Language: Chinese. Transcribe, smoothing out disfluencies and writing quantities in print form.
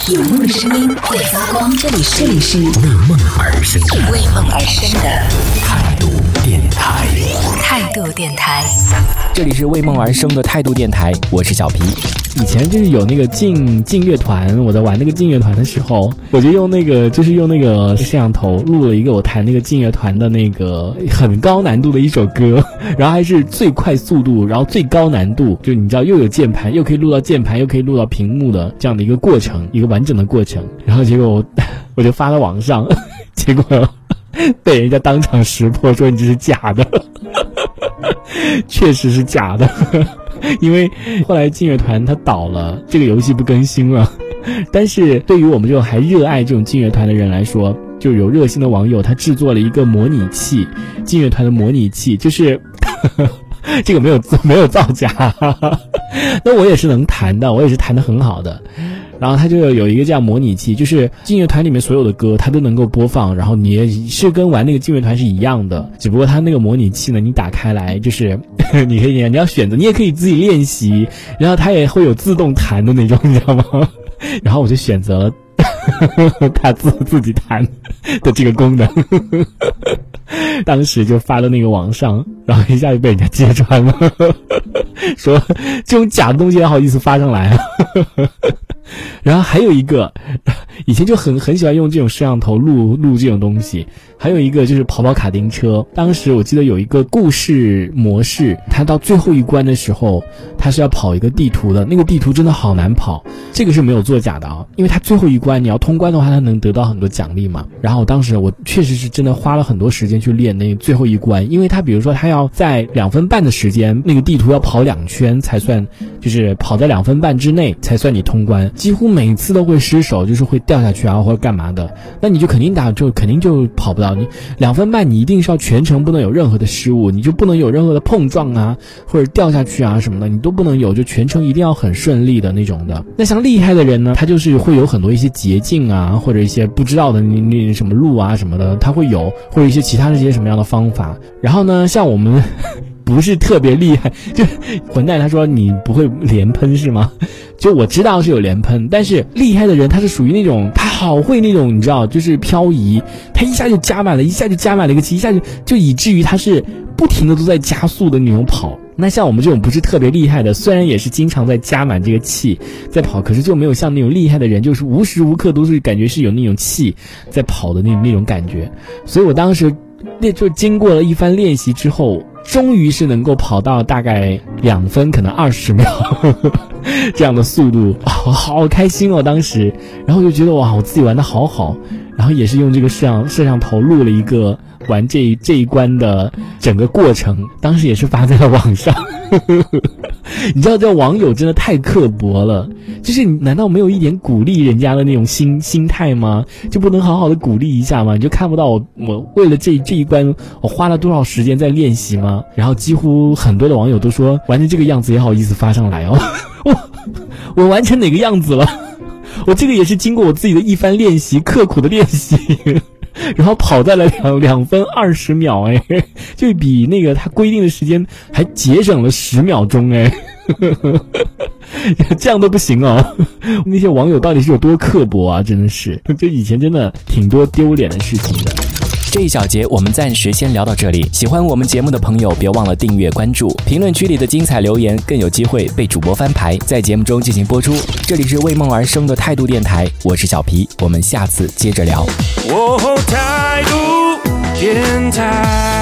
有梦的声音会发光，这里是为梦而生的态度电台。这里是为梦而生的态度电台，我是小皮。 以前就是有那个劲乐团，我在玩那个劲乐团的时候，我就用那个摄像头录了一个我弹那个劲乐团的那个很高难度的一首歌，然后还是最快速度，然后最高难度，就你知道又有键盘，又可以录到键盘，又可以录到屏幕的这样的一个过程，一个完整的过程。然后结果我就发到网上，结果被人家当场识破，说你这是假的。确实是假的，因为后来劲乐团它倒了，这个游戏不更新了。但是对于我们这种还热爱这种劲乐团的人来说，就有热心的网友他制作了一个模拟器，劲乐团的模拟器，就是这个没有造假。那我也是能弹的，我也是弹得很好的。然后它就有一个这样模拟器，就是劲乐团里面所有的歌它都能够播放，然后你也是跟玩那个劲乐团是一样的，只不过它那个模拟器呢，你打开来就是你要选择，你也可以自己练习，然后它也会有自动弹的那种，你知道吗？然后我就选择了它自己弹的这个功能。当时就发到那个网上，然后一下就被人家揭穿了，说这种假的东西还好意思发上来啊。然后还有一个，以前就很喜欢用这种摄像头录这种东西。还有一个就是跑卡丁车，当时我记得有一个故事模式，它到最后一关的时候，它是要跑一个地图的，那个地图真的好难跑，这个是没有作假的啊，因为它最后一关你要通关的话，它能得到很多奖励嘛。然后当时我确实是真的花了很多时间去练那最后一关，因为它比如说它要在2分半的时间，那个地图要跑2圈才算，就是跑在2分半之内才算你通关，几乎每次都会失手，就是会掉下去啊或者干嘛的，那你就肯定就跑不到。你2分半你一定是要全程不能有任何的失误，你就不能有任何的碰撞啊或者掉下去啊什么的，你都不能有，就全程一定要很顺利的那种的。那像厉害的人呢，他就是会有很多一些捷径啊，或者一些不知道的那什么路啊什么的，他会有，或者一些其他的一些什么样的方法。然后呢，像我们不是特别厉害，就混蛋他说你不会连喷是吗？就我知道是有连喷，但是厉害的人他是属于那种他好会那种你知道就是漂移，他一下就加满了一个气，一下就以至于他是不停的都在加速的那种跑。那像我们这种不是特别厉害的，虽然也是经常在加满这个气在跑，可是就没有像那种厉害的人，就是无时无刻都是感觉是有那种气在跑的那种感觉。所以我当时就经过了一番练习之后，终于是能够跑到大概2分可能20秒这样的速度，好开心哦当时。然后就觉得哇，我自己玩得好好，然后也是用这个摄像头录了一个玩这一关的整个过程，当时也是发在了网上。你知道这网友真的太刻薄了，就是你难道没有一点鼓励人家的那种心态吗？就不能好好的鼓励一下吗？你就看不到我为了这一关我花了多少时间在练习吗？然后几乎很多的网友都说玩成这个样子也好意思发上来哦。我完成哪个样子了？我这个也是经过我自己的一番练习，刻苦的练习，然后跑在了2分20秒，就比那个他规定的时间还节省了10秒钟，这样都不行哦。那些网友到底是有多刻薄啊，真的是，就以前真的挺多丢脸的事情的。 这一小节我们暂时先聊到这里，喜欢我们节目的朋友别忘了订阅关注，评论区里的精彩留言更有机会被主播翻牌，在节目中进行播出。这里是为梦而生的态度电台，我是小皮，我们下次接着聊。 态度电台。